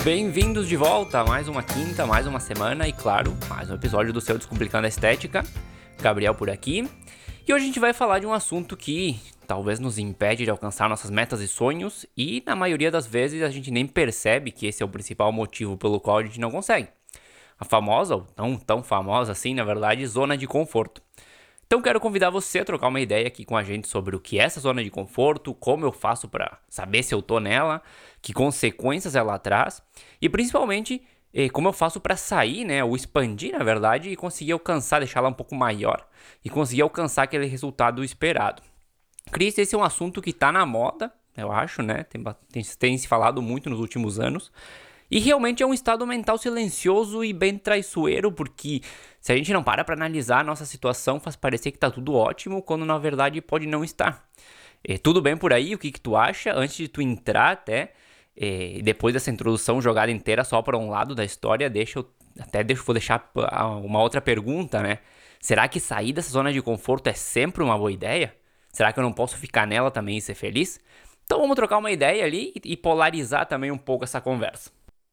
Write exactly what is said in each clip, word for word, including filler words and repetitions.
Bem-vindos de volta a mais uma quinta, mais uma semana e, claro, mais um episódio do seu Descomplicando a Estética. Gabriel por aqui. E hoje a gente vai falar de um assunto que talvez nos impede de alcançar nossas metas e sonhos e, na maioria das vezes, a gente nem percebe que esse é o principal motivo pelo qual a gente não consegue. A famosa, ou tão, tão famosa assim, na verdade, zona de conforto. Então quero convidar você a trocar uma ideia aqui com a gente sobre o que é essa zona de conforto, como eu faço para saber se eu tô nela, que consequências ela traz e principalmente eh, como eu faço para sair, né, ou expandir na verdade e conseguir alcançar, deixar ela um pouco maior e conseguir alcançar aquele resultado esperado. Cris, esse é um assunto que tá na moda, eu acho, né, tem, tem, tem se falado muito nos últimos anos. E realmente é um estado mental silencioso e bem traiçoeiro, porque se a gente não para para analisar a nossa situação, faz parecer que tá tudo ótimo, quando na verdade pode não estar. É, tudo bem por aí? O que que tu acha? Antes de tu entrar até, é, depois dessa introdução jogada inteira só para um lado da história, deixa eu, até deixa, vou deixar uma outra pergunta, né? Será que sair dessa zona de conforto é sempre uma boa ideia? Será que eu não posso ficar nela também e ser feliz? Então vamos trocar uma ideia ali e polarizar também um pouco essa conversa.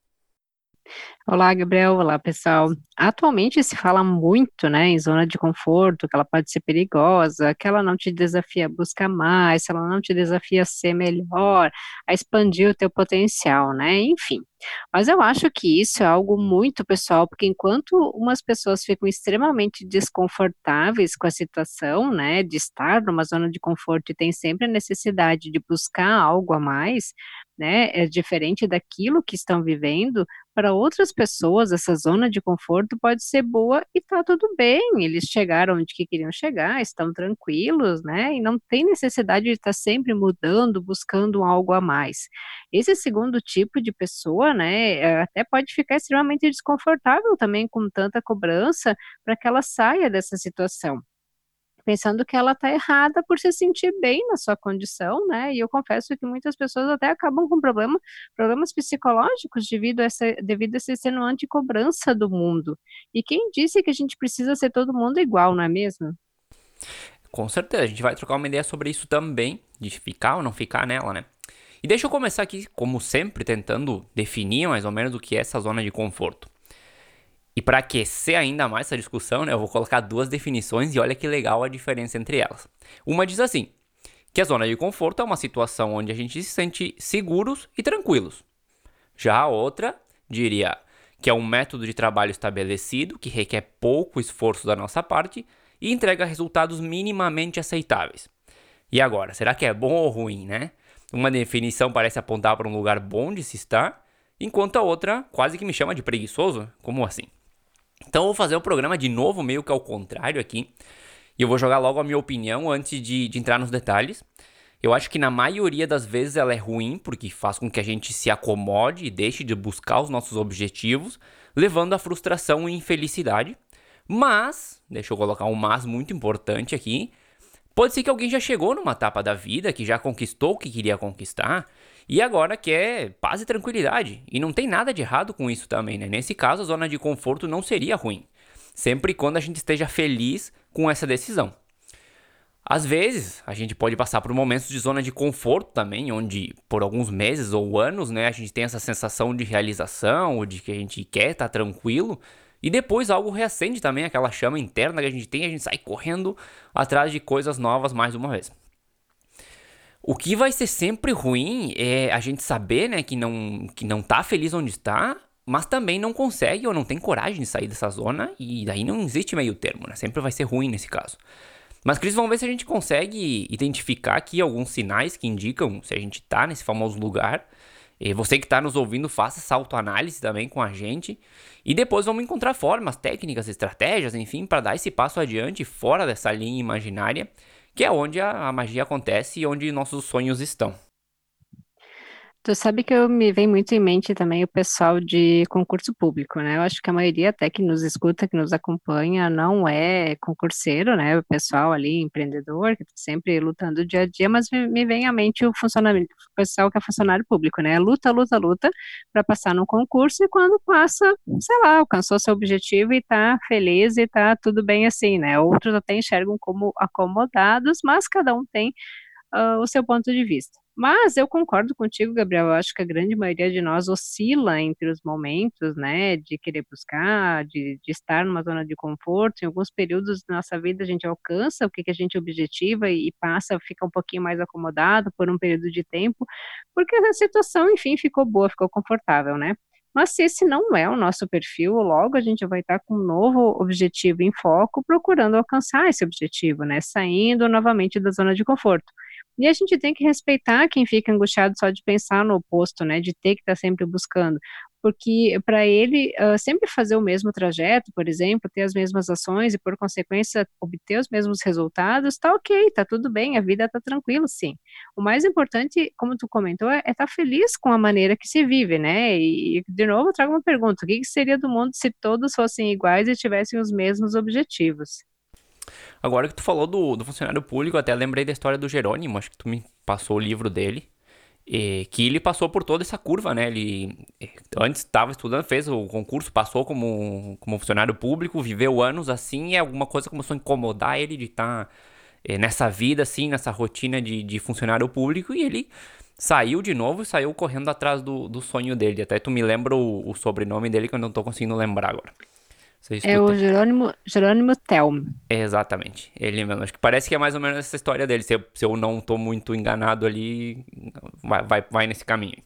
Olá, Gabriel. Olá, pessoal. Atualmente se fala muito, né, em zona de conforto, que ela pode ser perigosa, que ela não te desafia a buscar mais, que ela não te desafia a ser melhor, a expandir o teu potencial, né? Enfim. Mas eu acho que isso é algo muito pessoal, porque enquanto umas pessoas ficam extremamente desconfortáveis com a situação, né, de estar numa zona de conforto e tem sempre a necessidade de buscar algo a mais, né, é diferente daquilo que estão vivendo, para outras pessoas essa zona de conforto pode ser boa e tá tudo bem, eles chegaram onde que queriam chegar, estão tranquilos, né, e não tem necessidade de estar sempre mudando, buscando algo a mais. Esse segundo tipo de pessoa, né, eh, até pode ficar extremamente desconfortável também com tanta cobrança para que ela saia dessa situação. Pensando que ela está errada por se sentir bem na sua condição, né, e eu confesso que muitas pessoas até acabam com problema problemas psicológicos devido a essa devido a essa extenuante cobrança do mundo. E quem disse que a gente precisa ser todo mundo igual, não é mesmo? Com certeza, a gente vai trocar uma ideia sobre isso também, de ficar ou não ficar nela, né? E deixa eu começar aqui, como sempre, tentando definir mais ou menos o que é essa zona de conforto. E para aquecer ainda mais essa discussão, né, eu vou colocar duas definições e olha que legal a diferença entre elas. Uma diz assim, que a zona de conforto é uma situação onde a gente se sente seguros e tranquilos. Já a outra diria que é um método de trabalho estabelecido que requer pouco esforço da nossa parte e entrega resultados minimamente aceitáveis. E agora, será que é bom ou ruim, né? Uma definição parece apontar para um lugar bom de se estar, enquanto a outra quase que me chama de preguiçoso. Como assim? Então eu vou fazer o programa de novo, meio que ao contrário aqui, e eu vou jogar logo a minha opinião antes de, de entrar nos detalhes. Eu acho que na maioria das vezes ela é ruim, porque faz com que a gente se acomode e deixe de buscar os nossos objetivos, levando à frustração e infelicidade. Mas, deixa eu colocar um mas muito importante aqui, pode ser que alguém já chegou numa etapa da vida, que já conquistou o que queria conquistar, e agora quer paz e tranquilidade. E não tem nada de errado com isso também, né? Nesse caso, a zona de conforto não seria ruim, sempre quando a gente esteja feliz com essa decisão. Às vezes, a gente pode passar por momentos de zona de conforto também, onde por alguns meses ou anos, né, a gente tem essa sensação de realização, ou de que a gente quer estar tranquilo, e depois algo reacende também aquela chama interna que a gente tem, e a gente sai correndo atrás de coisas novas mais uma vez. O que vai ser sempre ruim é a gente saber, né, que não, que não tá feliz onde está, mas também não consegue ou não tem coragem de sair dessa zona, e daí não existe meio termo, né? Sempre vai ser ruim nesse caso. Mas, Cris, vamos ver se a gente consegue identificar aqui alguns sinais que indicam se a gente tá nesse famoso lugar. E você que está nos ouvindo, faça essa autoanálise também com a gente. E depois vamos encontrar formas, técnicas, estratégias, enfim, para dar esse passo adiante fora dessa linha imaginária, que é onde a, a magia acontece e onde nossos sonhos estão. Tu sabe que eu me vem muito em mente também o pessoal de concurso público, né? Eu acho que a maioria até que nos escuta, que nos acompanha, não é concurseiro, né? O pessoal ali, empreendedor, que está sempre lutando dia a dia, mas me, me vem à mente o funcionamento, o pessoal que é funcionário público, né? Luta, luta, luta para passar no concurso e quando passa, sei lá, alcançou seu objetivo e tá feliz e tá tudo bem assim, né? Outros até enxergam como acomodados, mas cada um tem ah, o seu ponto de vista. Mas eu concordo contigo, Gabriel, eu acho que a grande maioria de nós oscila entre os momentos, né, de querer buscar, de, de estar numa zona de conforto. Em alguns períodos da nossa vida a gente alcança o que, que a gente objetiva e, e passa, fica um pouquinho mais acomodado por um período de tempo, porque a situação, enfim, ficou boa, ficou confortável, né? Mas se esse não é o nosso perfil, logo a gente vai estar com um novo objetivo em foco, procurando alcançar esse objetivo, né? Saindo novamente da zona de conforto. E a gente tem que respeitar quem fica angustiado só de pensar no oposto, né? De ter que estar sempre buscando. Porque para ele, ah, sempre fazer o mesmo trajeto, por exemplo, ter as mesmas ações e, por consequência, obter os mesmos resultados, tá ok, tá tudo bem, a vida tá tranquila, sim. O mais importante, como tu comentou, é estar feliz com a maneira que se vive, né? E, de novo, eu trago uma pergunta: o que que seria do mundo se todos fossem iguais e tivessem os mesmos objetivos? Agora que tu falou do, do funcionário público, eu até lembrei da história do Jerônimo, acho que tu me passou o livro dele, e que ele passou por toda essa curva, né? Ele eh, antes estava estudando, fez o concurso, passou como, como funcionário público, viveu anos assim, e alguma coisa começou a incomodar ele de estar eh, nessa vida, assim, nessa rotina de, de funcionário público, e ele saiu de novo e saiu correndo atrás do, do sonho dele. Até tu me lembra o, o sobrenome dele que eu não tô conseguindo lembrar agora. Não sei se É tu o tem. Jerônimo, Jerônimo Telmo. Exatamente, ele mesmo. Acho que parece que é mais ou menos essa história dele. Se eu, se eu não tô muito enganado ali, vai, vai, vai nesse caminho.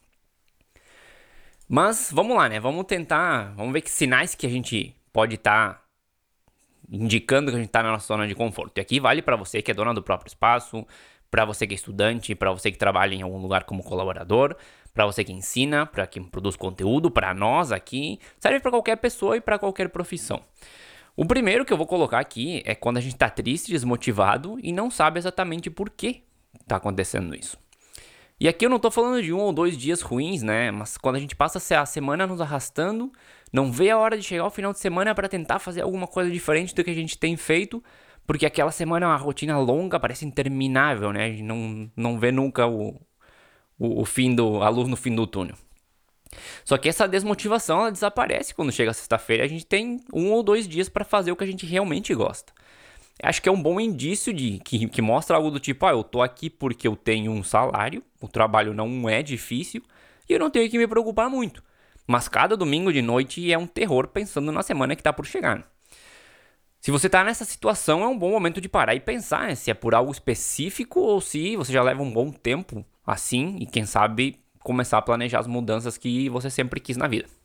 Mas vamos lá, né? Vamos tentar. Vamos ver que sinais que a gente pode estar indicando que a gente tá na nossa zona de conforto. E aqui vale para você que é dona do próprio espaço, para você que é estudante, para você que trabalha em algum lugar como colaborador, para você que ensina, para quem produz conteúdo, para nós aqui. Serve para qualquer pessoa e para qualquer profissão. O primeiro que eu vou colocar aqui é quando a gente tá triste, desmotivado e não sabe exatamente por que tá acontecendo isso. E aqui eu não tô falando de um ou dois dias ruins, né? Mas quando a gente passa a semana nos arrastando, não vê a hora de chegar ao final de semana para tentar fazer alguma coisa diferente do que a gente tem feito, porque aquela semana é uma rotina longa, parece interminável, né? A gente não, não vê nunca o, o, o fim do, a luz no fim do túnel. Só que essa desmotivação ela desaparece quando chega a sexta-feira. A gente tem um ou dois dias para fazer o que a gente realmente gosta. Acho que é um bom indício de que, que mostra algo do tipo, ah, eu tô aqui porque eu tenho um salário, o trabalho não é difícil e eu não tenho que me preocupar muito. Mas cada domingo de noite é um terror pensando na semana que tá por chegar. Se você tá nessa situação, é um bom momento de parar e pensar, né, se é por algo específico ou se você já leva um bom tempo assim e quem sabe começar a planejar as mudanças que você sempre quis na vida.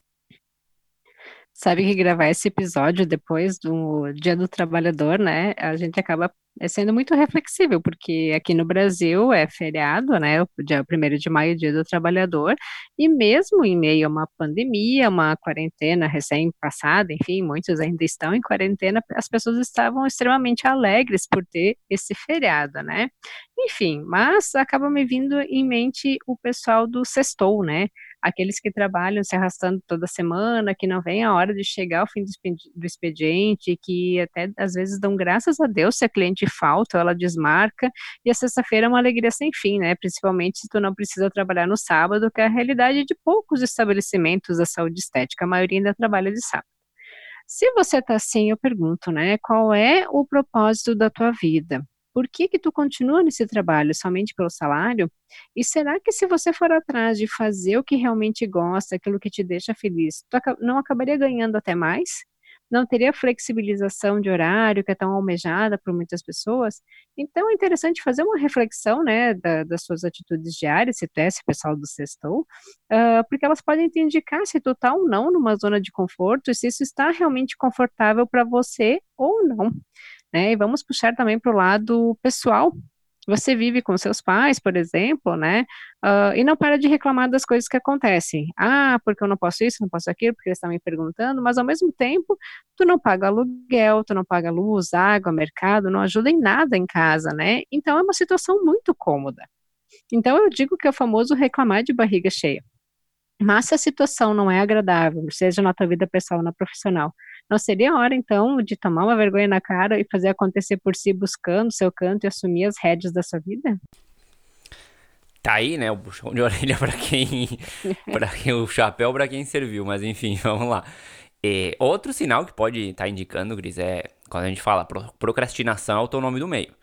Sabe que gravar esse episódio depois do Dia do Trabalhador, né, a gente acaba é, sendo muito reflexível, porque aqui no Brasil é feriado, né, o dia primeiro de maio, Dia do Trabalhador, e mesmo em meio a uma pandemia, uma quarentena recém-passada, enfim, muitos ainda estão em quarentena, as pessoas estavam extremamente alegres por ter esse feriado, né. Enfim, mas acaba me vindo em mente o pessoal do sextou, né, aqueles que trabalham se arrastando toda semana, que não vem a hora de chegar ao fim do expedi- do expediente, que até às vezes dão graças a Deus se a cliente falta, ela desmarca, e a sexta-feira é uma alegria sem fim, né? Principalmente se tu não precisa trabalhar no sábado, que é a realidade de poucos estabelecimentos da saúde estética, a maioria ainda trabalha de sábado. Se você tá assim, eu pergunto, né, qual é o propósito da tua vida? Por que que tu continua nesse trabalho? Somente pelo salário? E será que se você for atrás de fazer o que realmente gosta, aquilo que te deixa feliz, tu aca não acabaria ganhando até mais? Não teria flexibilização de horário que é tão almejada por muitas pessoas? Então é interessante fazer uma reflexão, né, da das suas atitudes diárias, se tu é esse pessoal do sextou, hã, porque elas podem te indicar se tu tá ou não numa zona de conforto e se isso está realmente confortável para você ou não, né. E vamos puxar também para o lado pessoal. Você vive com seus pais, por exemplo, né, hã, e não para de reclamar das coisas que acontecem. "Ah, porque eu não posso isso, não posso aquilo, porque eles estão me perguntando", mas ao mesmo tempo, tu não paga aluguel, tu não paga luz, água, mercado, não ajuda em nada em casa, né. Então é uma situação muito cômoda. Então eu digo que é o famoso reclamar de barriga cheia. Mas se a situação não é agradável, seja na tua vida pessoal ou na profissional, não seria a hora então de tomar uma vergonha na cara e fazer acontecer por si buscando seu canto e assumir as rédeas da sua vida? Tá aí, né, o puxão de orelha pra quem, para quem o chapéu pra quem serviu, mas enfim, vamos lá. É, outro sinal que pode estar indicando, Gris, é quando a gente fala pro- procrastinação é o teu nome do meio.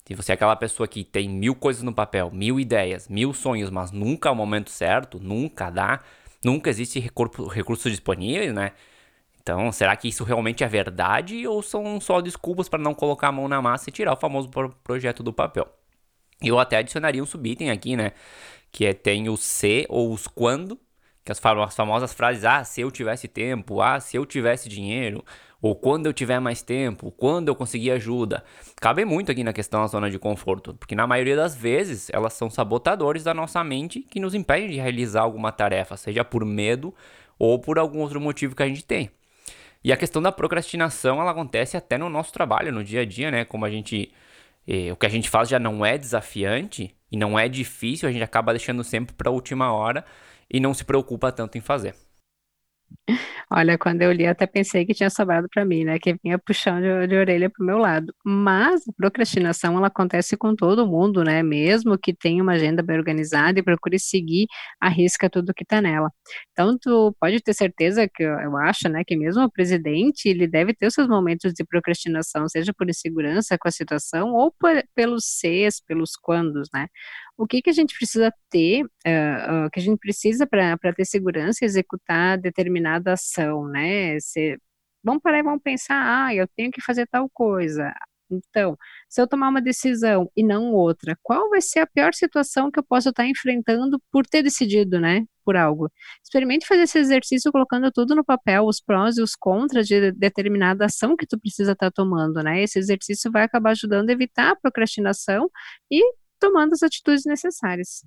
Se você é aquela pessoa que tem mil coisas no papel, mil ideias, mil sonhos, mas nunca é o momento certo, nunca dá, nunca existe recurso, recursos disponíveis, né? Então, será que isso realmente é verdade ou são só desculpas para não colocar a mão na massa e tirar o famoso pro- projeto do papel? Eu até adicionaria um subitem aqui, né? Que é, tem o se ou os quando, que as, fam- as famosas frases, ah, se eu tivesse tempo, ah, se eu tivesse dinheiro, ou quando eu tiver mais tempo, quando eu conseguir ajuda. Cabe muito aqui na questão da zona de conforto, porque na maioria das vezes elas são sabotadores da nossa mente que nos impedem de realizar alguma tarefa, seja por medo ou por algum outro motivo que a gente tem. E a questão da procrastinação, ela acontece até no nosso trabalho, no dia a dia, né? Como a gente, eh, o que a gente faz já não é desafiante e não é difícil, a gente acaba deixando sempre para a última hora e não se preocupa tanto em fazer. Olha, quando eu li, até pensei que tinha sobrado para mim, né, que vinha puxão de de orelha para o meu lado. Mas a procrastinação, ela acontece com todo mundo, né, mesmo que tenha uma agenda bem organizada e procure seguir à risca tudo que está nela. Então tu pode ter certeza que eu eu acho, né, que mesmo o presidente, ele deve ter os seus momentos de procrastinação, seja por insegurança com a situação ou por pelos ses, pelos quandos, né. O que que a gente precisa ter, hã hã, que a gente precisa para pra ter segurança e executar determinada ação, né, se vamos parar e vamos pensar: "Ah, eu tenho que fazer tal coisa". Então, se eu tomar uma decisão e não outra, qual vai ser a pior situação que eu posso estar enfrentando por ter decidido, né, por algo? Experimente fazer esse exercício colocando tudo no papel, os prós e os contras de determinada ação que tu precisa estar tomando, né, esse exercício vai acabar ajudando a evitar a procrastinação e tomando as atitudes necessárias.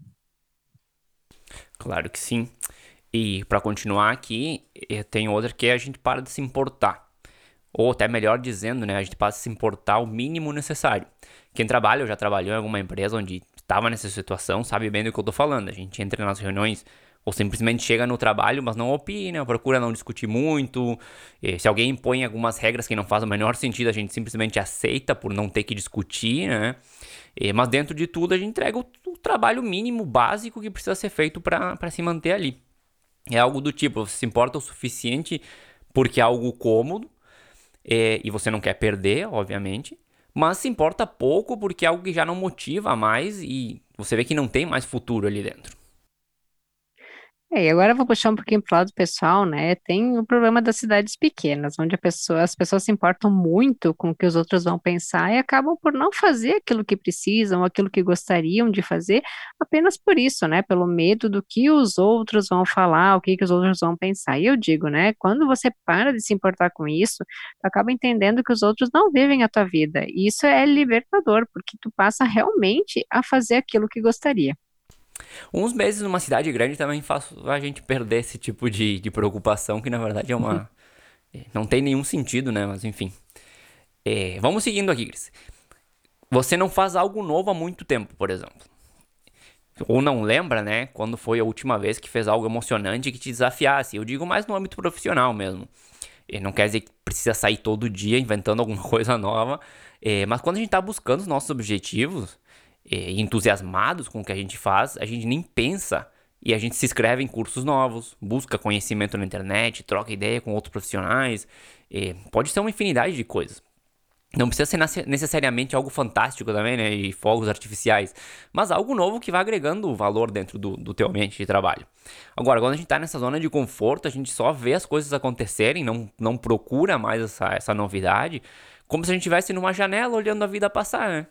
Claro que sim. E para continuar aqui, eh, tem outra que é a gente para de se importar. Ou até melhor dizendo, né, a gente passa a se importar o mínimo necessário. Quem trabalha ou já trabalhou em alguma empresa onde estava nessa situação sabe bem do que eu tô falando. A gente entra nas reuniões ou simplesmente chega no trabalho, mas não opina, procura não discutir muito. Eh, Se alguém impõe algumas regras que não fazem o menor sentido, a gente simplesmente aceita por não ter que discutir, né? Eh, Mas dentro de tudo, a gente entrega o, o trabalho mínimo, básico que precisa ser feito para se manter ali. É algo do tipo, você se importa o suficiente porque é algo cômodo, é, e você não quer perder, obviamente, mas se importa pouco porque é algo que já não motiva mais e você vê que não tem mais futuro ali dentro. É, e agora eu vou puxar um pouquinho para o lado pessoal, né, tem o problema das cidades pequenas, onde a pessoa as pessoas se importam muito com o que os outros vão pensar e acabam por não fazer aquilo que precisam, aquilo que gostariam de fazer, apenas por isso, né, pelo medo do que os outros vão falar, o que que os outros vão pensar. E eu digo, né, quando você para de se importar com isso, tu acaba entendendo que os outros não vivem a tua vida, e isso é libertador, porque tu passa realmente a fazer aquilo que gostaria. Uns meses numa cidade grande também faz a gente perder esse tipo de, de preocupação, que na verdade é uma. é, Não tem nenhum sentido, né? Mas enfim. É, vamos seguindo aqui, Cris. Você não faz algo novo há muito tempo, por exemplo. Ou não lembra, né? Quando foi a última vez que fez algo emocionante que te desafiasse. Eu digo mais no âmbito profissional mesmo. E não quer dizer que precisa sair todo dia inventando alguma coisa nova. É, mas quando a gente tá buscando os nossos objetivos, é, e entusiasmados com o que a gente faz, a gente nem pensa. E a gente se inscreve em cursos novos, busca conhecimento na internet, troca ideia com outros profissionais. É, pode ser uma infinidade de coisas. Não precisa ser nace- necessariamente algo fantástico também, né? E fogos artificiais. Mas algo novo que vai agregando valor dentro do, do teu ambiente de trabalho. Agora, quando a gente tá nessa zona de conforto, a gente só vê as coisas acontecerem, não, não procura mais essa, essa novidade, como se a gente estivesse numa janela olhando a vida passar, né?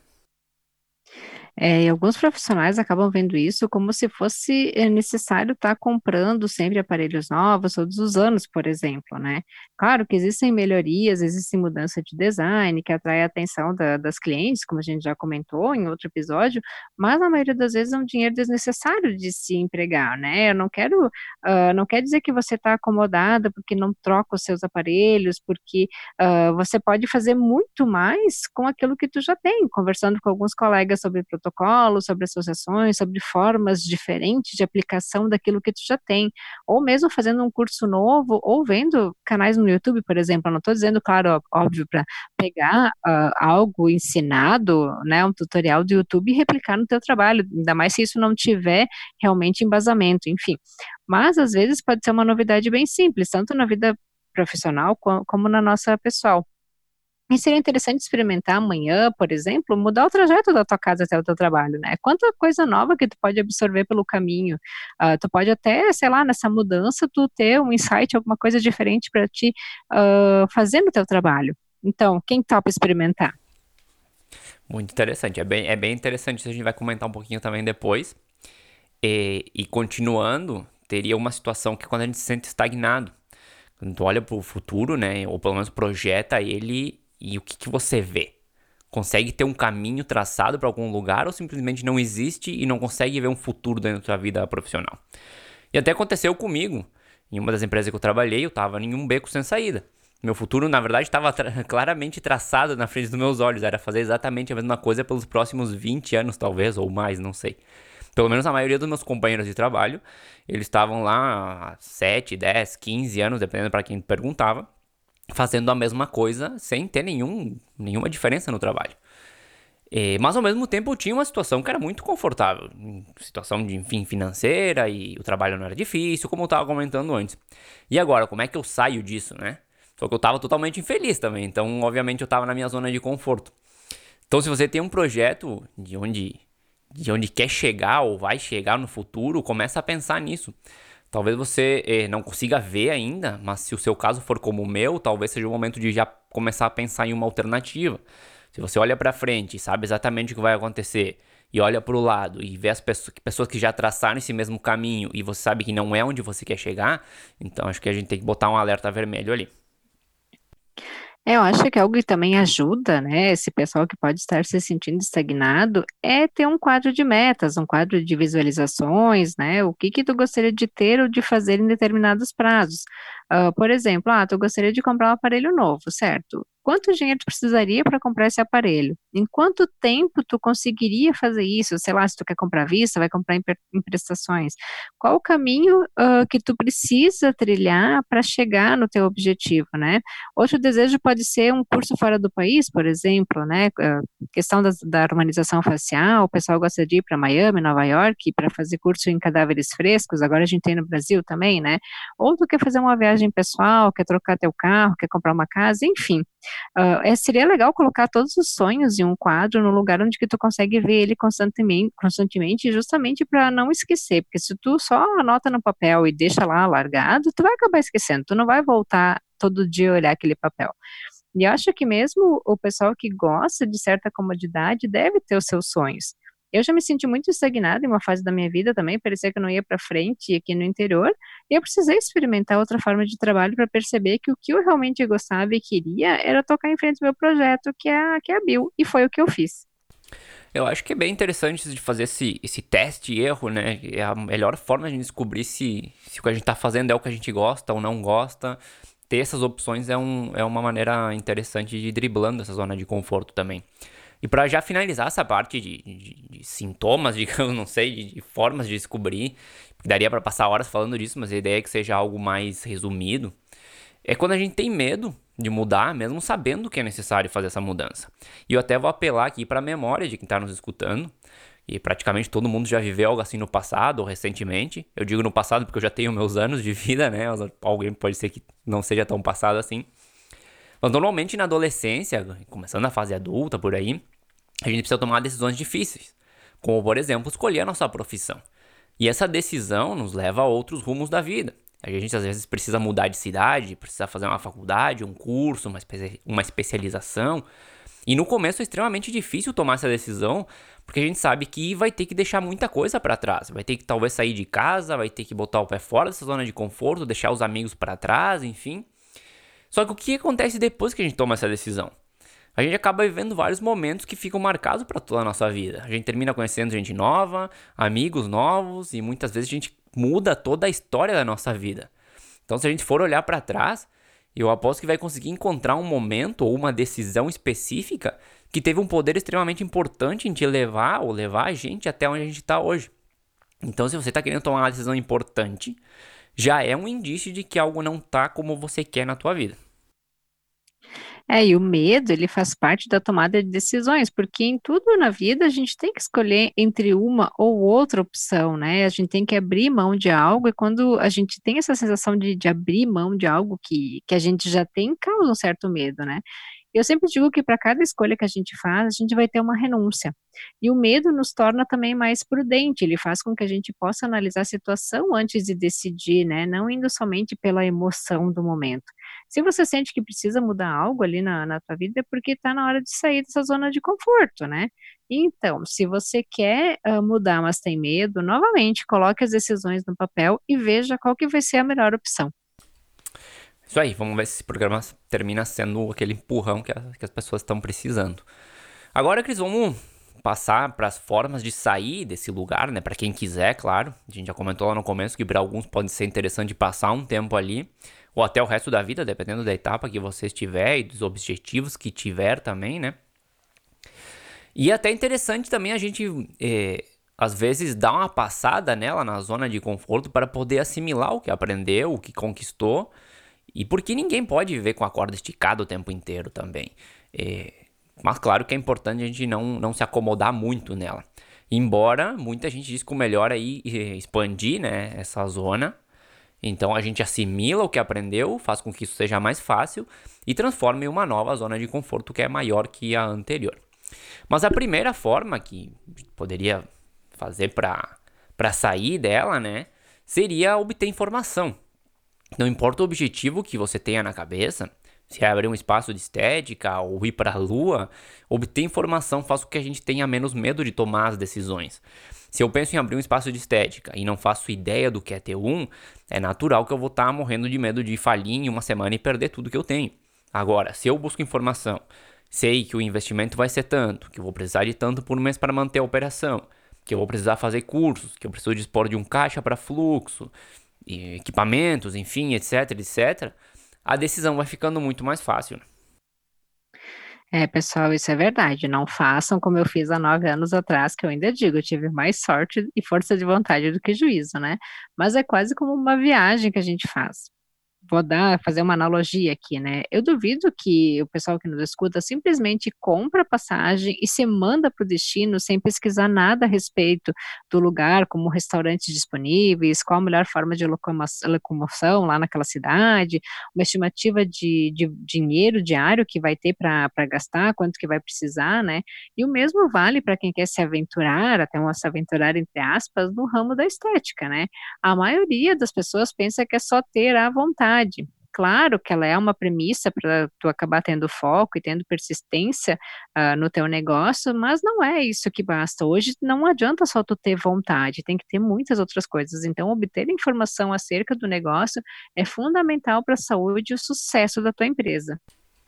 É, e alguns profissionais acabam vendo isso como se fosse, eh, necessário estar comprando sempre aparelhos novos todos os anos, por exemplo, né. Claro que existem melhorias, existe mudança de design que atrai a atenção da das clientes, como a gente já comentou em outro episódio, mas na maioria das vezes é um dinheiro desnecessário de se empregar, né. Eu não quero, hã, não quer dizer que você está acomodada porque não troca os seus aparelhos, porque, hã, você pode fazer muito mais com aquilo que tu já tem, conversando com alguns colegas sobre protocolos, sobre associações, sobre formas diferentes de aplicação daquilo que tu já tem, ou mesmo fazendo um curso novo, ou vendo canais no YouTube, por exemplo. Eu não estou dizendo, claro, ó óbvio, para pegar, hã, algo ensinado, né, um tutorial do YouTube e replicar no teu trabalho, ainda mais se isso não tiver realmente embasamento, enfim. Mas às vezes pode ser uma novidade bem simples, tanto na vida profissional co como na nossa pessoal. E seria interessante experimentar amanhã, por exemplo, mudar o trajeto da tua casa até o teu trabalho, né? Quanta coisa nova que tu pode absorver pelo caminho. Ah, tu pode até, sei lá, nessa mudança, tu ter um insight, alguma coisa diferente para ti, ah, fazer no teu trabalho. Então, quem topa experimentar? Muito interessante. É bem, é bem interessante. Isso a gente vai comentar um pouquinho também depois. E, e continuando, teria uma situação que é quando a gente se sente estagnado. Quando tu olha pro futuro, né? Ou pelo menos projeta ele e o que, que você vê? Consegue ter um caminho traçado para algum lugar ou simplesmente não existe e não consegue ver um futuro dentro da sua vida profissional? E até aconteceu comigo. Em uma das empresas que eu trabalhei, eu tava em um beco sem saída. Meu futuro, na verdade, estava tra- claramente traçado na frente dos meus olhos. Era fazer exatamente a mesma coisa pelos próximos vinte anos, talvez, ou mais, não sei. Pelo menos a maioria dos meus companheiros de trabalho, eles estavam lá há sete, dez, quinze anos, dependendo para quem perguntava, fazendo a mesma coisa sem ter nenhum, nenhuma diferença no trabalho. E, mas ao mesmo tempo eu tinha uma situação que era muito confortável. Situação de, enfim, financeira e o trabalho não era difícil, como eu estava comentando antes. E agora, como é que eu saio disso, né? Só que eu estava totalmente infeliz também, então obviamente eu estava na minha zona de conforto. Então se você tem um projeto de onde, de onde quer chegar ou vai chegar no futuro, começa a pensar nisso. Talvez você eh, não consiga ver ainda, mas se o seu caso for como o meu, talvez seja o momento de já começar a pensar em uma alternativa. Se você olha para frente e sabe exatamente o que vai acontecer, e olha para o lado e vê as pessoas, pessoas que já traçaram esse mesmo caminho e você sabe que não é onde você quer chegar, então acho que a gente tem que botar um alerta vermelho ali. É, eu acho que algo que também ajuda, né, esse pessoal que pode estar se sentindo estagnado, é ter um quadro de metas, um quadro de visualizações, né, o que que tu gostaria de ter ou de fazer em determinados prazos. Ah, por exemplo, ah, tu gostaria de comprar um aparelho novo, certo? Quanto dinheiro tu precisaria para comprar esse aparelho? Em quanto tempo tu conseguiria fazer isso? Sei lá, se tu quer comprar à vista, vai comprar em, per- em prestações. Qual o caminho, ah, que tu precisa trilhar para chegar no teu objetivo, né? Outro desejo pode ser um curso fora do país, por exemplo, né? A questão das, da harmonização facial, o pessoal gosta de ir para Miami, Nova York, para fazer curso em cadáveres frescos, agora a gente tem no Brasil também, né? Ou tu quer fazer uma viagem pessoal, quer trocar teu carro, quer comprar uma casa, enfim. Uh, é, seria legal colocar todos os sonhos em um quadro, num lugar onde que tu consegue ver ele constantemente, constantemente, justamente para não esquecer, porque se tu só anota no papel e deixa lá largado, tu vai acabar esquecendo, tu não vai voltar todo dia olhar aquele papel. E eu acho que mesmo o pessoal que gosta de certa comodidade deve ter os seus sonhos. Eu já me senti muito estagnada em uma fase da minha vida também, parecia que eu não ia para frente aqui no interior, e eu precisei experimentar outra forma de trabalho para perceber que o que eu realmente gostava e queria era tocar em frente ao meu projeto, que é, a- que é a Bill, e foi o que eu fiz. Eu acho que é bem interessante de fazer esse, esse teste e erro, né? É a melhor forma de a gente descobrir se, se o que a gente tá fazendo é o que a gente gosta ou não gosta. Ter essas opções é, um, é uma maneira interessante de ir driblando essa zona de conforto também. E para já finalizar essa parte de, de, de sintomas, digamos, não sei, de, de formas de descobrir, porque daria para passar horas falando disso, mas a ideia é que seja algo mais resumido. É quando a gente tem medo de mudar, mesmo sabendo que é necessário fazer essa mudança. E eu até vou apelar aqui para a memória de quem está nos escutando, e praticamente todo mundo já viveu algo assim no passado ou recentemente. Eu digo no passado porque eu já tenho meus anos de vida, né? Alguém pode ser que não seja tão passado assim. Mas normalmente na adolescência, começando a fase adulta por aí, a gente precisa tomar decisões difíceis, como por exemplo escolher a nossa profissão. E essa decisão nos leva a outros rumos da vida. A gente às vezes precisa mudar de cidade, precisa fazer uma faculdade, um curso, uma, espe uma especialização. E no começo é extremamente difícil tomar essa decisão, porque a gente sabe que vai ter que deixar muita coisa para trás. Vai ter que talvez sair de casa, vai ter que botar o pé fora dessa zona de conforto, deixar os amigos para trás, enfim. Só que o que acontece depois que a gente toma essa decisão? A gente acaba vivendo vários momentos que ficam marcados para toda a nossa vida. A gente termina conhecendo gente nova, amigos novos e muitas vezes a gente muda toda a história da nossa vida. Então, se a gente for olhar para trás, eu aposto que vai conseguir encontrar um momento ou uma decisão específica que teve um poder extremamente importante em te levar ou levar a gente até onde a gente está hoje. Então, se você está querendo tomar uma decisão importante, já é um indício de que algo não está como você quer na tua vida. É, e o medo, ele faz parte da tomada de decisões, porque em tudo na vida a gente tem que escolher entre uma ou outra opção, né? A gente tem que abrir mão de algo, e quando a gente tem essa sensação de, de abrir mão de algo que, que a gente já tem, causa um certo medo, né? Eu sempre digo que para cada escolha que a gente faz, a gente vai ter uma renúncia. E o medo nos torna também mais prudente, ele faz com que a gente possa analisar a situação antes de decidir, né, não indo somente pela emoção do momento. Se você sente que precisa mudar algo ali na na tua vida, é porque está na hora de sair dessa zona de conforto, né. Então, se você quer, hã, mudar, mas tem medo, novamente coloque as decisões no papel e veja qual que vai ser a melhor opção. Isso aí, vamos ver se esse programa termina sendo aquele empurrão que, a- que as pessoas estão precisando. Agora, Cris, vamos passar para as formas de sair desse lugar, né? Para quem quiser, claro. A gente já comentou lá no começo que para alguns pode ser interessante passar um tempo ali, ou até o resto da vida, dependendo da etapa que você estiver e dos objetivos que tiver também, né? E é até interessante também a gente, eh, às vezes, dar uma passada nela na zona de conforto para poder assimilar o que aprendeu, o que conquistou. E porque ninguém pode viver com a corda esticada o tempo inteiro também. É, mas claro que é importante a gente não, não se acomodar muito nela. Embora muita gente diz que o melhor é ir, eh, expandir, né, essa zona. Então a gente assimila o que aprendeu, faz com que isso seja mais fácil e transforma em uma nova zona de conforto que é maior que a anterior. Mas a primeira forma que poderia fazer para para sair dela, né, seria obter informação. Não importa o objetivo que você tenha na cabeça, se é abrir um espaço de estética ou ir para a lua, obter informação faz com que a gente tenha menos medo de tomar as decisões. Se eu penso em abrir um espaço de estética e não faço ideia do que é ter um, é natural que eu vou estar morrendo de medo de falir em uma semana e perder tudo que eu tenho. Agora, se eu busco informação, sei que o investimento vai ser tanto, que eu vou precisar de tanto por mês para manter a operação, que eu vou precisar fazer cursos, que eu preciso dispor de um caixa para fluxo, e equipamentos, enfim, etc, etc, a decisão vai ficando muito mais fácil, né? É, pessoal, isso é verdade, não façam como eu fiz há nove anos atrás, que eu ainda digo, eu tive mais sorte e força de vontade do que juízo, né. Mas é quase como uma viagem que a gente faz. Vou dar fazer uma analogia aqui, né, eu duvido que o pessoal que nos escuta simplesmente compra a passagem e se manda para o destino sem pesquisar nada a respeito do lugar, como restaurantes disponíveis, qual a melhor forma de locoma locomoção lá naquela cidade, uma estimativa de de dinheiro diário que vai ter para pra gastar, quanto que vai precisar, né. E o mesmo vale para quem quer se aventurar, até um se aventurar entre aspas, no ramo da estética, né. A maioria das pessoas pensa que é só ter a vontade. Claro que ela é uma premissa para tu acabar tendo foco e tendo persistência, ah, no teu negócio, mas não é isso que basta. Hoje não adianta só tu ter vontade, tem que ter muitas outras coisas. Então obter informação acerca do negócio é fundamental para a saúde e o sucesso da tua empresa.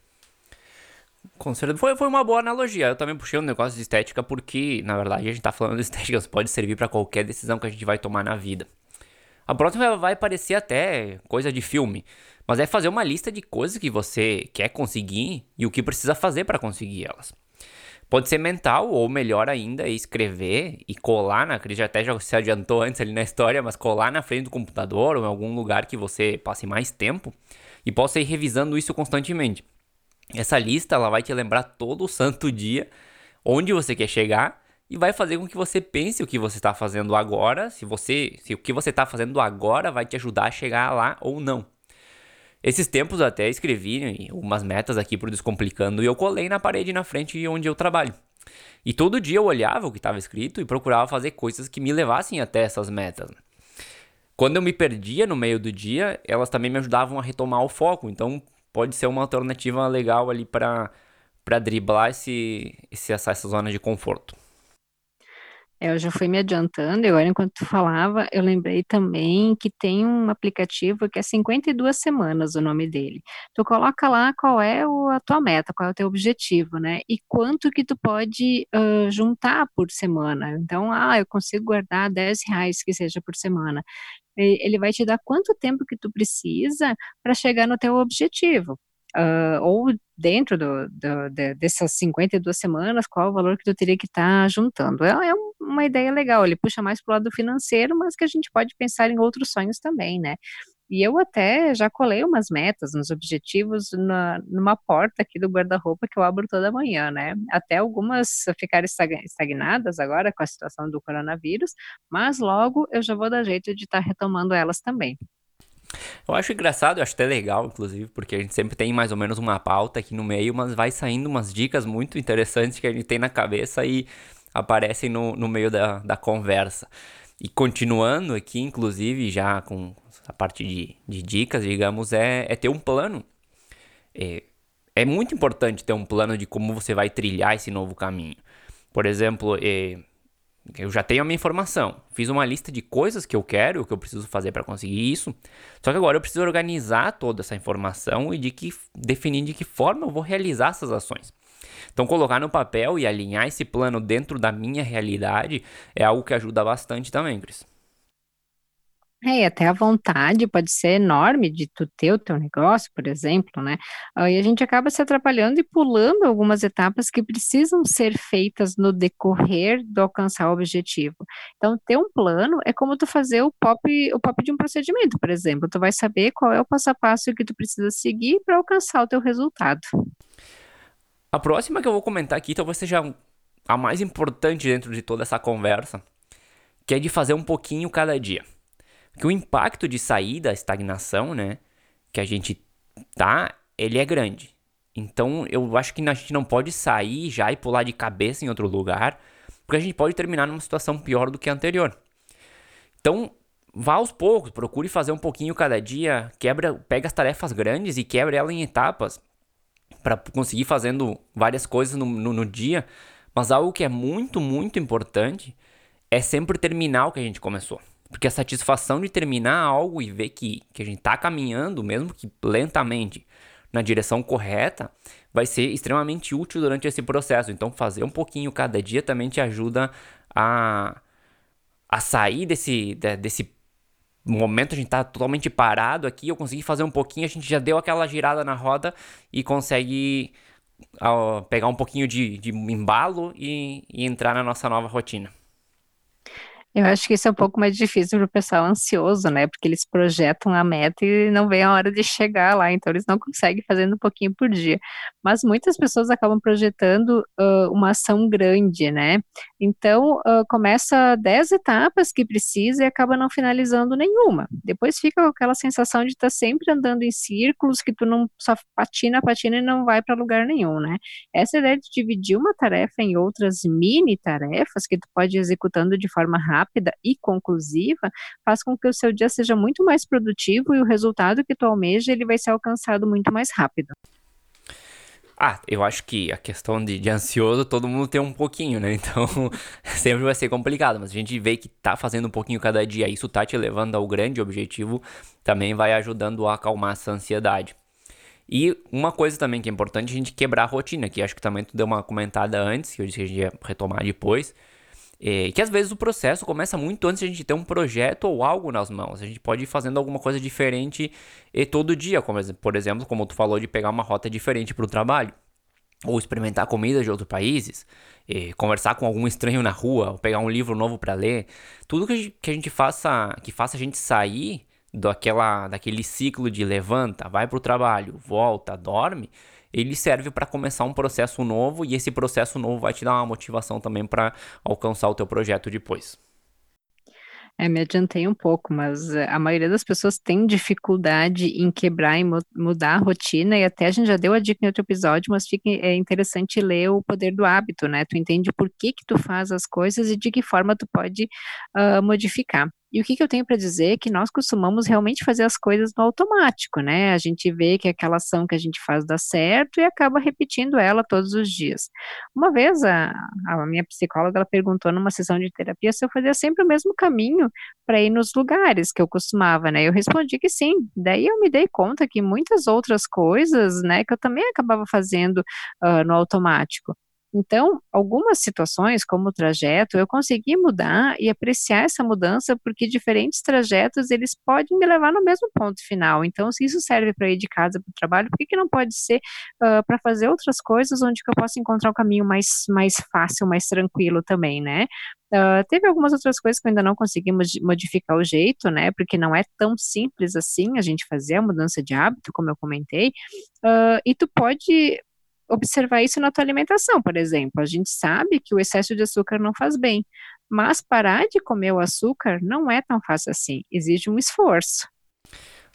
Com certeza. Foi, foi uma boa analogia. Eu também puxei um negócio de estética porque, na verdade, a gente tá falando de estética, isso pode servir para qualquer decisão que a gente vai tomar na vida. A próxima vai parecer até coisa de filme, mas é fazer uma lista de coisas que você quer conseguir e o que precisa fazer para conseguir elas. Pode ser mental, ou melhor ainda, escrever e colar na. Cris já até já se adiantou antes ali na história, mas colar na frente do computador ou em algum lugar que você passe mais tempo e possa ir revisando isso constantemente. Essa lista ela vai te lembrar todo o santo dia onde você quer chegar e vai fazer com que você pense o que você está fazendo agora, se você, se o que você está fazendo agora vai te ajudar a chegar lá ou não. Esses tempos eu até escrevi umas metas aqui pro Descomplicando e eu colei na parede na frente onde eu trabalho. E todo dia eu olhava o que estava escrito e procurava fazer coisas que me levassem até essas metas. Quando eu me perdia no meio do dia, elas também me ajudavam a retomar o foco. Então pode ser uma alternativa legal ali para para driblar esse, esse, essa, essa zona de conforto. É, eu já fui me adiantando e agora enquanto tu falava, eu lembrei também que tem um aplicativo que é cinquenta e duas semanas o nome dele. Tu coloca lá qual é o a tua meta, qual é o teu objetivo, né, e quanto que tu pode, hã, juntar por semana. Então, ah, eu consigo guardar dez reais que seja por semana. E ele vai te dar quanto tempo que tu precisa para chegar no teu objetivo. Hã, ou dentro do do de dessas cinquenta e duas semanas, qual o valor que tu teria que estar juntando. É é um uma ideia legal, ele puxa mais para o lado financeiro, mas que a gente pode pensar em outros sonhos também, né. E eu até já colei umas metas, uns objetivos na numa porta aqui do guarda-roupa que eu abro toda manhã, né. Até algumas ficaram estagna estagnadas agora com a situação do coronavírus, mas logo eu já vou dar jeito de estar retomando elas também. Eu acho engraçado, eu acho até legal, inclusive, porque a gente sempre tem mais ou menos uma pauta aqui no meio, mas vai saindo umas dicas muito interessantes que a gente tem na cabeça e aparecem no, no meio da, da conversa. E continuando aqui, inclusive, já com a parte de, de dicas, digamos, é, é ter um plano. É, é muito importante ter um plano de como você vai trilhar esse novo caminho. Por exemplo, é, eu já tenho a minha informação, fiz uma lista de coisas que eu quero, o que eu preciso fazer para conseguir isso. Só que agora eu preciso organizar toda essa informação e de que definir de que forma eu vou realizar essas ações. Então, colocar no papel e alinhar esse plano dentro da minha realidade é algo que ajuda bastante também, Cris. É, e até a vontade pode ser enorme de tu ter o teu negócio, por exemplo, né? Aí a gente acaba se atrapalhando e pulando algumas etapas que precisam ser feitas no decorrer do alcançar o objetivo. Então, ter um plano é como tu fazer o pop, o pop de um procedimento, por exemplo. Tu vai saber qual é o passo a passo que tu precisa seguir para alcançar o teu resultado. A próxima que eu vou comentar aqui talvez seja a mais importante dentro de toda essa conversa, que é de fazer um pouquinho cada dia. Que o impacto de sair da estagnação, né, que a gente tá, ele é grande. Então, eu acho que a gente não pode sair já e pular de cabeça em outro lugar, porque a gente pode terminar numa situação pior do que a anterior. Então, vá aos poucos, procure fazer um pouquinho cada dia, quebra, pega as tarefas grandes e quebra ela em etapas para conseguir fazendo várias coisas no, no, no dia. Mas algo que é muito, muito importante é sempre terminar o que a gente começou. Porque a satisfação de terminar algo e ver que, que a gente está caminhando, mesmo que lentamente, na direção correta, vai ser extremamente útil durante esse processo. Então, fazer um pouquinho cada dia também te ajuda a, a sair desse, desse momento. A gente tá totalmente parado aqui. Eu consegui fazer um pouquinho, a gente já deu aquela girada na roda e consegue ó, pegar um pouquinho de, de embalo e, e entrar na nossa nova rotina. Eu acho que isso é um pouco mais difícil para o pessoal ansioso, né? Porque eles projetam a meta e não vem a hora de chegar lá, então eles não conseguem fazendo um pouquinho por dia. Mas muitas pessoas acabam projetando uh, uma ação grande, né? Então uh, começa dez etapas que precisa e acaba não finalizando nenhuma. Depois fica com aquela sensação de estar sempre andando em círculos, que tu não só patina, patina e não vai para lugar nenhum, né? Essa ideia de dividir uma tarefa em outras mini tarefas que tu pode ir executando de forma rápida e conclusiva faz com que o seu dia seja muito mais produtivo e o resultado que tu almeja ele vai ser alcançado muito mais rápido. Ah, eu acho que a questão de, de ansioso todo mundo tem um pouquinho, né? Então sempre vai ser complicado, mas a gente vê que tá fazendo um pouquinho cada dia, isso tá te levando ao grande objetivo, também vai ajudando a acalmar essa ansiedade. E uma coisa também que é importante é a gente quebrar a rotina, que acho que também tu deu uma comentada antes, que eu disse que a gente ia retomar depois, é, que às vezes o processo começa muito antes de a gente ter um projeto ou algo nas mãos. A gente pode ir fazendo alguma coisa diferente e todo dia, como, por exemplo, como tu falou, de pegar uma rota diferente para o trabalho. Ou experimentar comida de outros países, eh, conversar com algum estranho na rua, ou pegar um livro novo para ler. Tudo que a gente, que a gente faça, que faça a gente sair daquela, daquele ciclo de levanta, vai pro trabalho, volta, dorme, ele serve para começar um processo novo e esse processo novo vai te dar uma motivação também para alcançar o teu projeto depois. É, me adiantei um pouco, mas eh, a maioria das pessoas tem dificuldade em quebrar e mu- mudar a rotina, e até a gente já deu a dica em outro episódio, mas fica é interessante ler o poder do hábito, né? Tu entende por que que tu faz as coisas e de que forma tu pode ah, modificar. E o que que eu tenho para dizer é que nós costumamos realmente fazer as coisas no automático, né? A gente vê que aquela ação que a gente faz dá certo e acaba repetindo ela todos os dias. Uma vez a, a minha psicóloga ela perguntou numa sessão de terapia se eu fazia sempre o mesmo caminho para ir nos lugares que eu costumava, né? Eu respondi que sim. Daí eu me dei conta que muitas outras coisas, né, que eu também acabava fazendo ah, no automático. Então, algumas situações, como o trajeto, eu consegui mudar e apreciar essa mudança porque diferentes trajetos eles podem me levar no mesmo ponto final. Então, se isso serve para ir de casa para o trabalho, por que que não pode ser para fazer outras coisas onde que eu posso encontrar um caminho mais, mais fácil, mais tranquilo também, né? Ah, teve algumas outras coisas que eu ainda não consegui modi- modificar o jeito, né? Porque não é tão simples assim a gente fazer a mudança de hábito, como eu comentei. Ah, e tu pode observar isso na tua alimentação, por exemplo. A gente sabe que o excesso de açúcar não faz bem, mas parar de comer o açúcar não é tão fácil assim. Exige um esforço.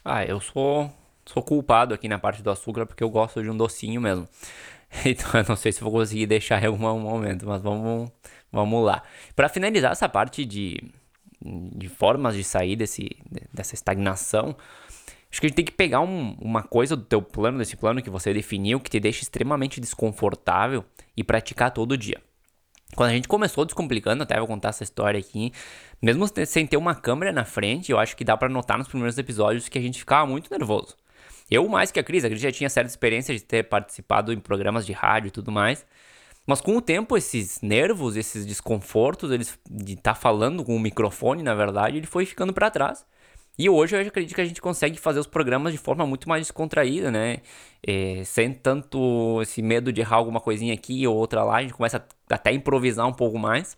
Ah, eu sou, sou culpado aqui na parte do açúcar porque eu gosto de um docinho mesmo. Então eu não sei se vou conseguir deixar em algum momento, mas vamos, vamos lá. Para finalizar essa parte de, de formas de sair desse, dessa estagnação, acho que a gente tem que pegar um, uma coisa do teu plano, desse plano que você definiu, que te deixa extremamente desconfortável e praticar todo dia. Quando a gente começou descomplicando, até vou contar essa história aqui, mesmo sem ter uma câmera na frente, eu acho que dá pra notar nos primeiros episódios que a gente ficava muito nervoso. Eu mais que a Cris, a Cris já tinha certa experiência de ter participado em programas de rádio e tudo mais, mas com o tempo esses nervos, esses desconfortos, eles de estar tá falando com o microfone, na verdade, ele foi ficando pra trás. E hoje eu acredito que a gente consegue fazer os programas de forma muito mais descontraída, né? É, sem tanto esse medo de errar alguma coisinha aqui ou outra lá, a gente começa a até improvisar um pouco mais.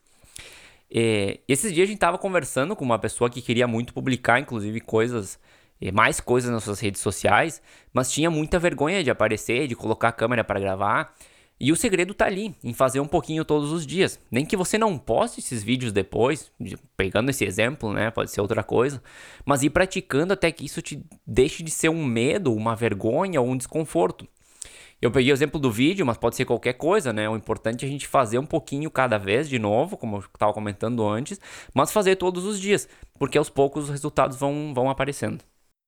É, esses dias a gente tava conversando com uma pessoa que queria muito publicar, inclusive, coisas, é, mais coisas nas suas redes sociais, mas tinha muita vergonha de aparecer, de colocar a câmera para gravar. E o segredo tá ali, em fazer um pouquinho todos os dias. Nem que você não poste esses vídeos depois, pegando esse exemplo, né? Pode ser outra coisa. Mas ir praticando até que isso te deixe de ser um medo, uma vergonha ou um desconforto. Eu peguei o exemplo do vídeo, mas pode ser qualquer coisa, né? O importante é a gente fazer um pouquinho cada vez, de novo, como eu estava comentando antes, mas fazer todos os dias, porque aos poucos os resultados vão, vão aparecendo.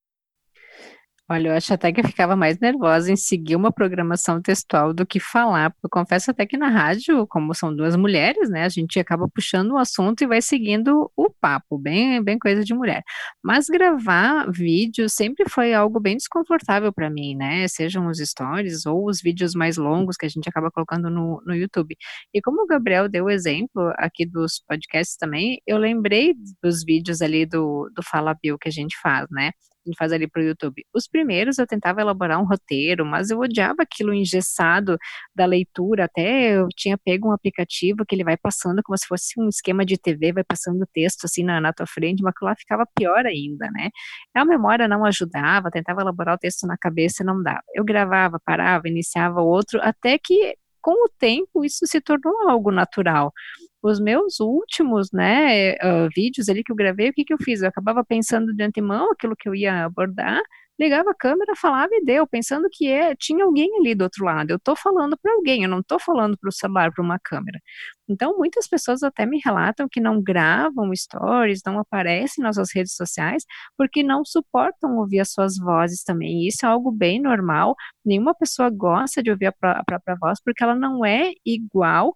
Olha, eu acho até que eu ficava mais nervosa em seguir uma programação textual do que falar, porque eu confesso até que na rádio, como são duas mulheres, né, a gente acaba puxando um assunto e vai seguindo o papo, bem, bem coisa de mulher. Mas gravar vídeo sempre foi algo bem desconfortável para mim, né, sejam os stories ou os vídeos mais longos que a gente acaba colocando no, no YouTube. E como o Gabriel deu o exemplo aqui dos podcasts também, eu lembrei dos vídeos ali do, do Fala Bill que a gente faz, né, a gente faz ali para o YouTube. Os primeiros eu tentava elaborar um roteiro, mas eu odiava aquilo engessado da leitura, até eu tinha pego um aplicativo que ele vai passando como se fosse um esquema de T V, vai passando o texto assim na, na tua frente, mas aquilo lá ficava pior ainda, né? A memória não ajudava, tentava elaborar o texto na cabeça e não dava. Eu gravava, parava, iniciava outro, até que com o tempo isso se tornou algo natural. Os meus últimos, né, uh, vídeos ali que eu gravei, o que que eu fiz? Eu acabava pensando de antemão aquilo que eu ia abordar, ligava a câmera, falava e deu, pensando que é, tinha alguém ali do outro lado. Eu estou falando para alguém, eu não estou falando para o celular, para uma câmera. Então, muitas pessoas até me relatam que não gravam stories, não aparecem nas suas redes sociais, porque não suportam ouvir as suas vozes também. E isso é algo bem normal. Nenhuma pessoa gosta de ouvir a, pró- a própria voz, porque ela não é igual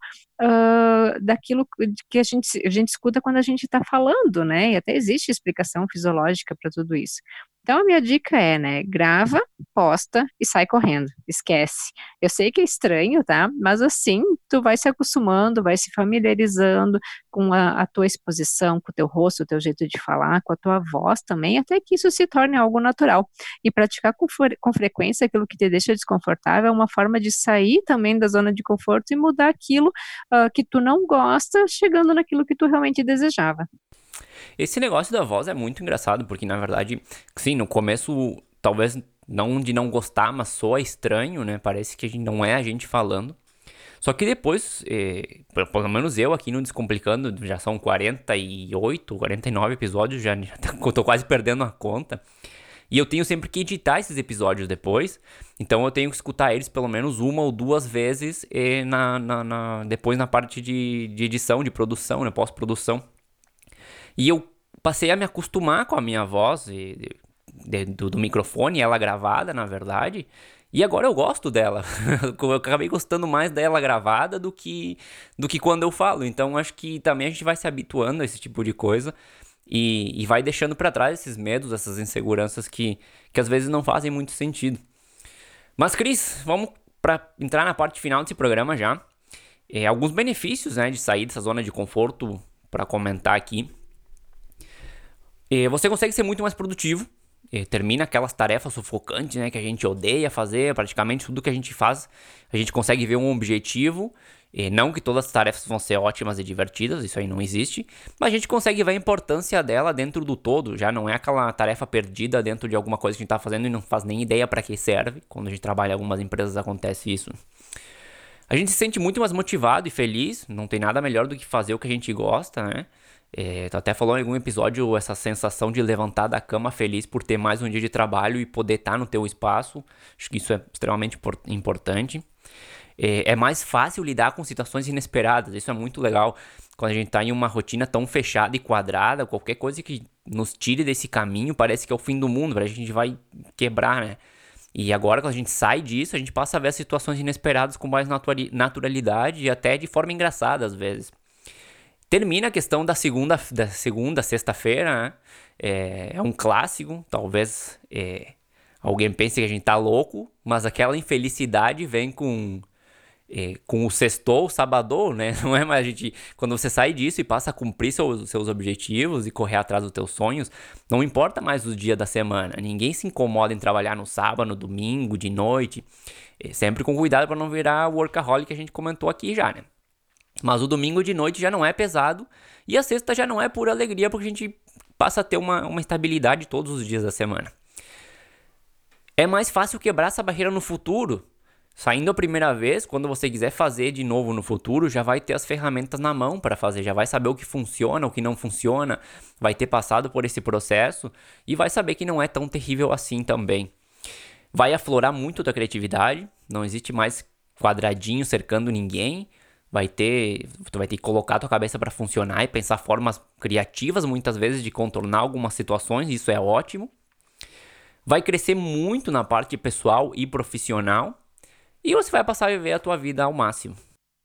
uh, daquilo que a gente, a gente escuta quando a gente está falando, né? E até existe explicação fisiológica para tudo isso. Então, a minha dica é, né, grava, posta e sai correndo, esquece. Eu sei que é estranho, tá? Mas assim, tu vai se acostumando, vai se familiarizando com a, a tua exposição, com o teu rosto, o teu jeito de falar, com a tua voz também, até que isso se torne algo natural. E praticar com, fre- com frequência aquilo que te deixa desconfortável é uma forma de sair também da zona de conforto e mudar aquilo ah, que tu não gosta, chegando naquilo que tu realmente desejava. Esse negócio da voz é muito engraçado, porque na verdade, sim, no começo, talvez não de não gostar, mas soa estranho, né? Parece que a gente não é a gente falando. Só que depois, eh, pelo pelo menos eu aqui no Descomplicando, já são quarenta e oito, quarenta e nove episódios, já, já tô tô quase perdendo a conta. E eu tenho sempre que editar esses episódios depois. Então eu tenho que escutar eles pelo menos uma ou duas vezes eh, na, na, na- depois na parte de, de edição, de produção, né? Pós-produção. E eu passei a me acostumar com a minha voz e- de- do, do microfone, ela gravada, na verdade. E agora eu gosto dela. Eu acabei gostando mais dela gravada do que, do que quando eu falo. Então acho que também a gente vai se habituando a esse tipo de coisa e, e vai deixando pra trás esses medos, essas inseguranças que, que às vezes não fazem muito sentido. Mas, Cris, vamos para entrar na parte final desse programa já. É, alguns benefícios, né, de sair dessa zona de conforto para comentar aqui. E você consegue ser muito mais produtivo. E termina aquelas tarefas sufocantes, né, que a gente odeia fazer. Praticamente tudo que a gente faz, a gente consegue ver um objetivo. E não que todas as tarefas vão ser ótimas e divertidas, isso aí não existe. Mas a gente consegue ver a importância dela dentro do todo. Já não é aquela tarefa perdida dentro de alguma coisa que a gente tá fazendo e não faz nem ideia para que serve. Quando a gente trabalha em algumas empresas acontece isso. A gente se sente muito mais motivado e feliz. Não tem nada melhor do que fazer o que a gente gosta, né? É, tu até falou em algum episódio essa sensação de levantar da cama feliz por ter mais um dia de trabalho e poder estar no teu espaço. Acho que isso é extremamente importante. É, é mais fácil lidar com situações inesperadas. Isso é muito legal. Quando a gente tá em uma rotina tão fechada e quadrada, qualquer coisa que nos tire desse caminho parece que é o fim do mundo. A gente vai quebrar, né? E agora, quando a gente sai disso, a gente passa a ver as situações inesperadas com mais naturalidade e até de forma engraçada, às vezes. Termina a questão da segunda, da segunda sexta-feira, né? É, é um clássico, talvez é, alguém pense que a gente tá louco, mas aquela infelicidade vem com, é, com o sextou, o sabadou, né? Não é mais a gente... Quando você sai disso e passa a cumprir seus, seus objetivos e correr atrás dos teus sonhos, não importa mais os dias da semana. Ninguém se incomoda em trabalhar no sábado, no domingo, de noite. É, sempre com cuidado para não virar o workaholic que a gente comentou aqui já, né? Mas o domingo de noite já não é pesado e a sexta já não é pura alegria porque a gente passa a ter uma, uma estabilidade todos os dias da semana. É mais fácil quebrar essa barreira no futuro. Saindo a primeira vez, quando você quiser fazer de novo no futuro, já vai ter as ferramentas na mão para fazer, já vai saber o que funciona, o que não funciona, vai ter passado por esse processo e vai saber que não é tão terrível assim também. Vai aflorar muito da criatividade, não existe mais quadradinho cercando ninguém. Vai ter, tu vai ter que colocar a tua cabeça para funcionar e pensar formas criativas, muitas vezes, de contornar algumas situações, isso é ótimo. Vai crescer muito na parte pessoal e profissional. E você vai passar a viver a tua vida ao máximo.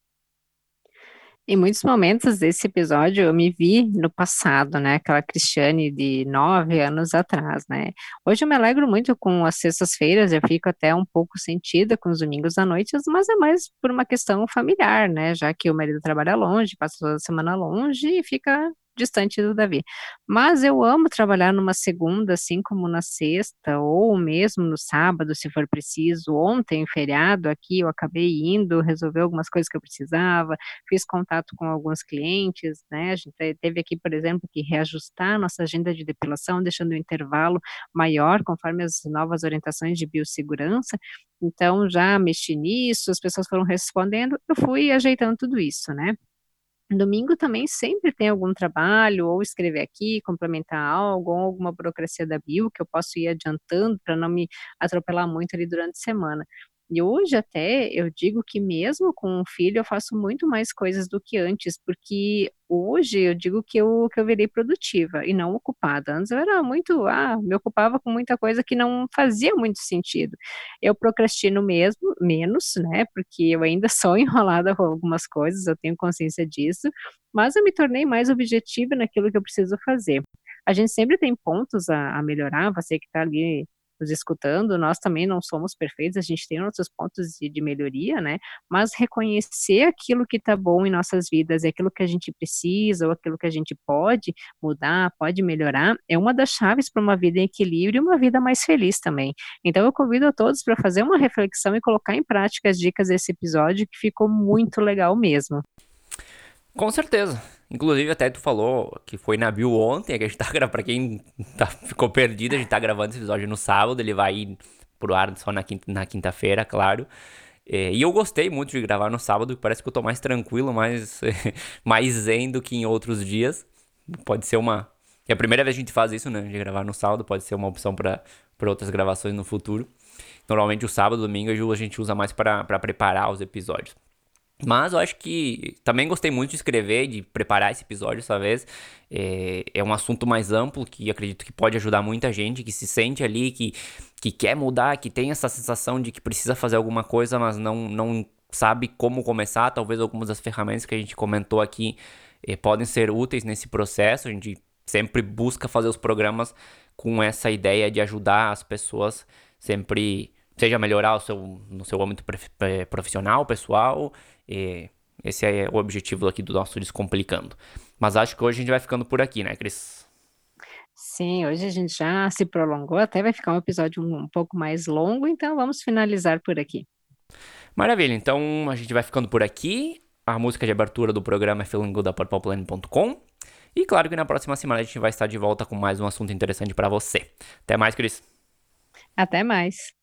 Em muitos momentos desse episódio eu me vi no passado, né? Aquela Cristiane de nove anos atrás, né? Hoje eu me alegro muito com as sextas-feiras, eu fico até um pouco sentida com os domingos à noite, mas é mais por uma questão familiar, né? Já que o marido trabalha longe, passa toda a semana longe e fica distante do Davi. Mas eu amo trabalhar numa segunda, assim como na sexta, ou mesmo no sábado, se for preciso. Ontem, feriado aqui, eu acabei indo resolver algumas coisas que eu precisava, fiz contato com alguns clientes, né, a gente teve aqui, por exemplo, que reajustar a nossa agenda de depilação, deixando o intervalo maior, conforme as novas orientações de biossegurança, então já mexi nisso, as pessoas foram respondendo, eu fui ajeitando tudo isso, né. Domingo também sempre tem algum trabalho, ou escrever aqui, complementar algo, ou alguma burocracia da bio que eu posso ir adiantando para não me atropelar muito ali durante a semana. E hoje até eu digo que mesmo com um filho eu faço muito mais coisas do que antes, porque hoje eu digo que eu que eu virei produtiva e não ocupada. Antes eu era muito, ah, me ocupava com muita coisa que não fazia muito sentido. Eu procrastino mesmo menos, né, porque eu ainda sou enrolada com algumas coisas, eu tenho consciência disso, mas eu me tornei mais objetiva naquilo que eu preciso fazer. A gente sempre tem pontos a a melhorar, você que está ali nos escutando, nós também não somos perfeitos, a gente tem nossos pontos de de melhoria, né, mas reconhecer aquilo que está bom em nossas vidas e aquilo que a gente precisa ou aquilo que a gente pode mudar, pode melhorar, é uma das chaves para uma vida em equilíbrio e uma vida mais feliz também. Então eu convido a todos para fazer uma reflexão e colocar em prática as dicas desse episódio, que ficou muito legal mesmo. Com certeza. Inclusive, até tu falou que foi na bio ontem, que a gente tá gravando, pra quem tá, ficou perdido, a gente tá gravando esse episódio no sábado, ele vai ir pro ar só na, quinta, na quinta-feira, claro. É, e eu gostei muito de gravar no sábado, parece que eu tô mais tranquilo, mais, mais zen do que em outros dias. Pode ser uma... É a primeira vez que a gente faz isso, né, de gravar no sábado, pode ser uma opção pra, pra outras gravações no futuro. Normalmente o sábado, domingo, a gente usa mais pra, pra preparar os episódios. Mas eu acho que também gostei muito de escrever, de preparar esse episódio dessa vez. É, é um assunto mais amplo que acredito que pode ajudar muita gente que se sente ali, que, que quer mudar, que tem essa sensação de que precisa fazer alguma coisa, mas não, não sabe como começar. Talvez algumas das ferramentas que a gente comentou aqui é, podem ser úteis nesse processo. A gente sempre busca fazer os programas com essa ideia de ajudar as pessoas sempre, seja melhorar o seu, no seu âmbito profissional, pessoal. E esse é o objetivo aqui do nosso Descomplicando. Mas acho que hoje a gente vai ficando por aqui, né, Cris? Sim, hoje a gente já se prolongou, até vai ficar um episódio um, um pouco mais longo, então vamos finalizar por aqui. Maravilha, então a gente vai ficando por aqui. A música de abertura do programa é feeling good da purple planet ponto com. E claro que na próxima semana a gente vai estar de volta com mais um assunto interessante para você. Até mais, Cris. Até mais.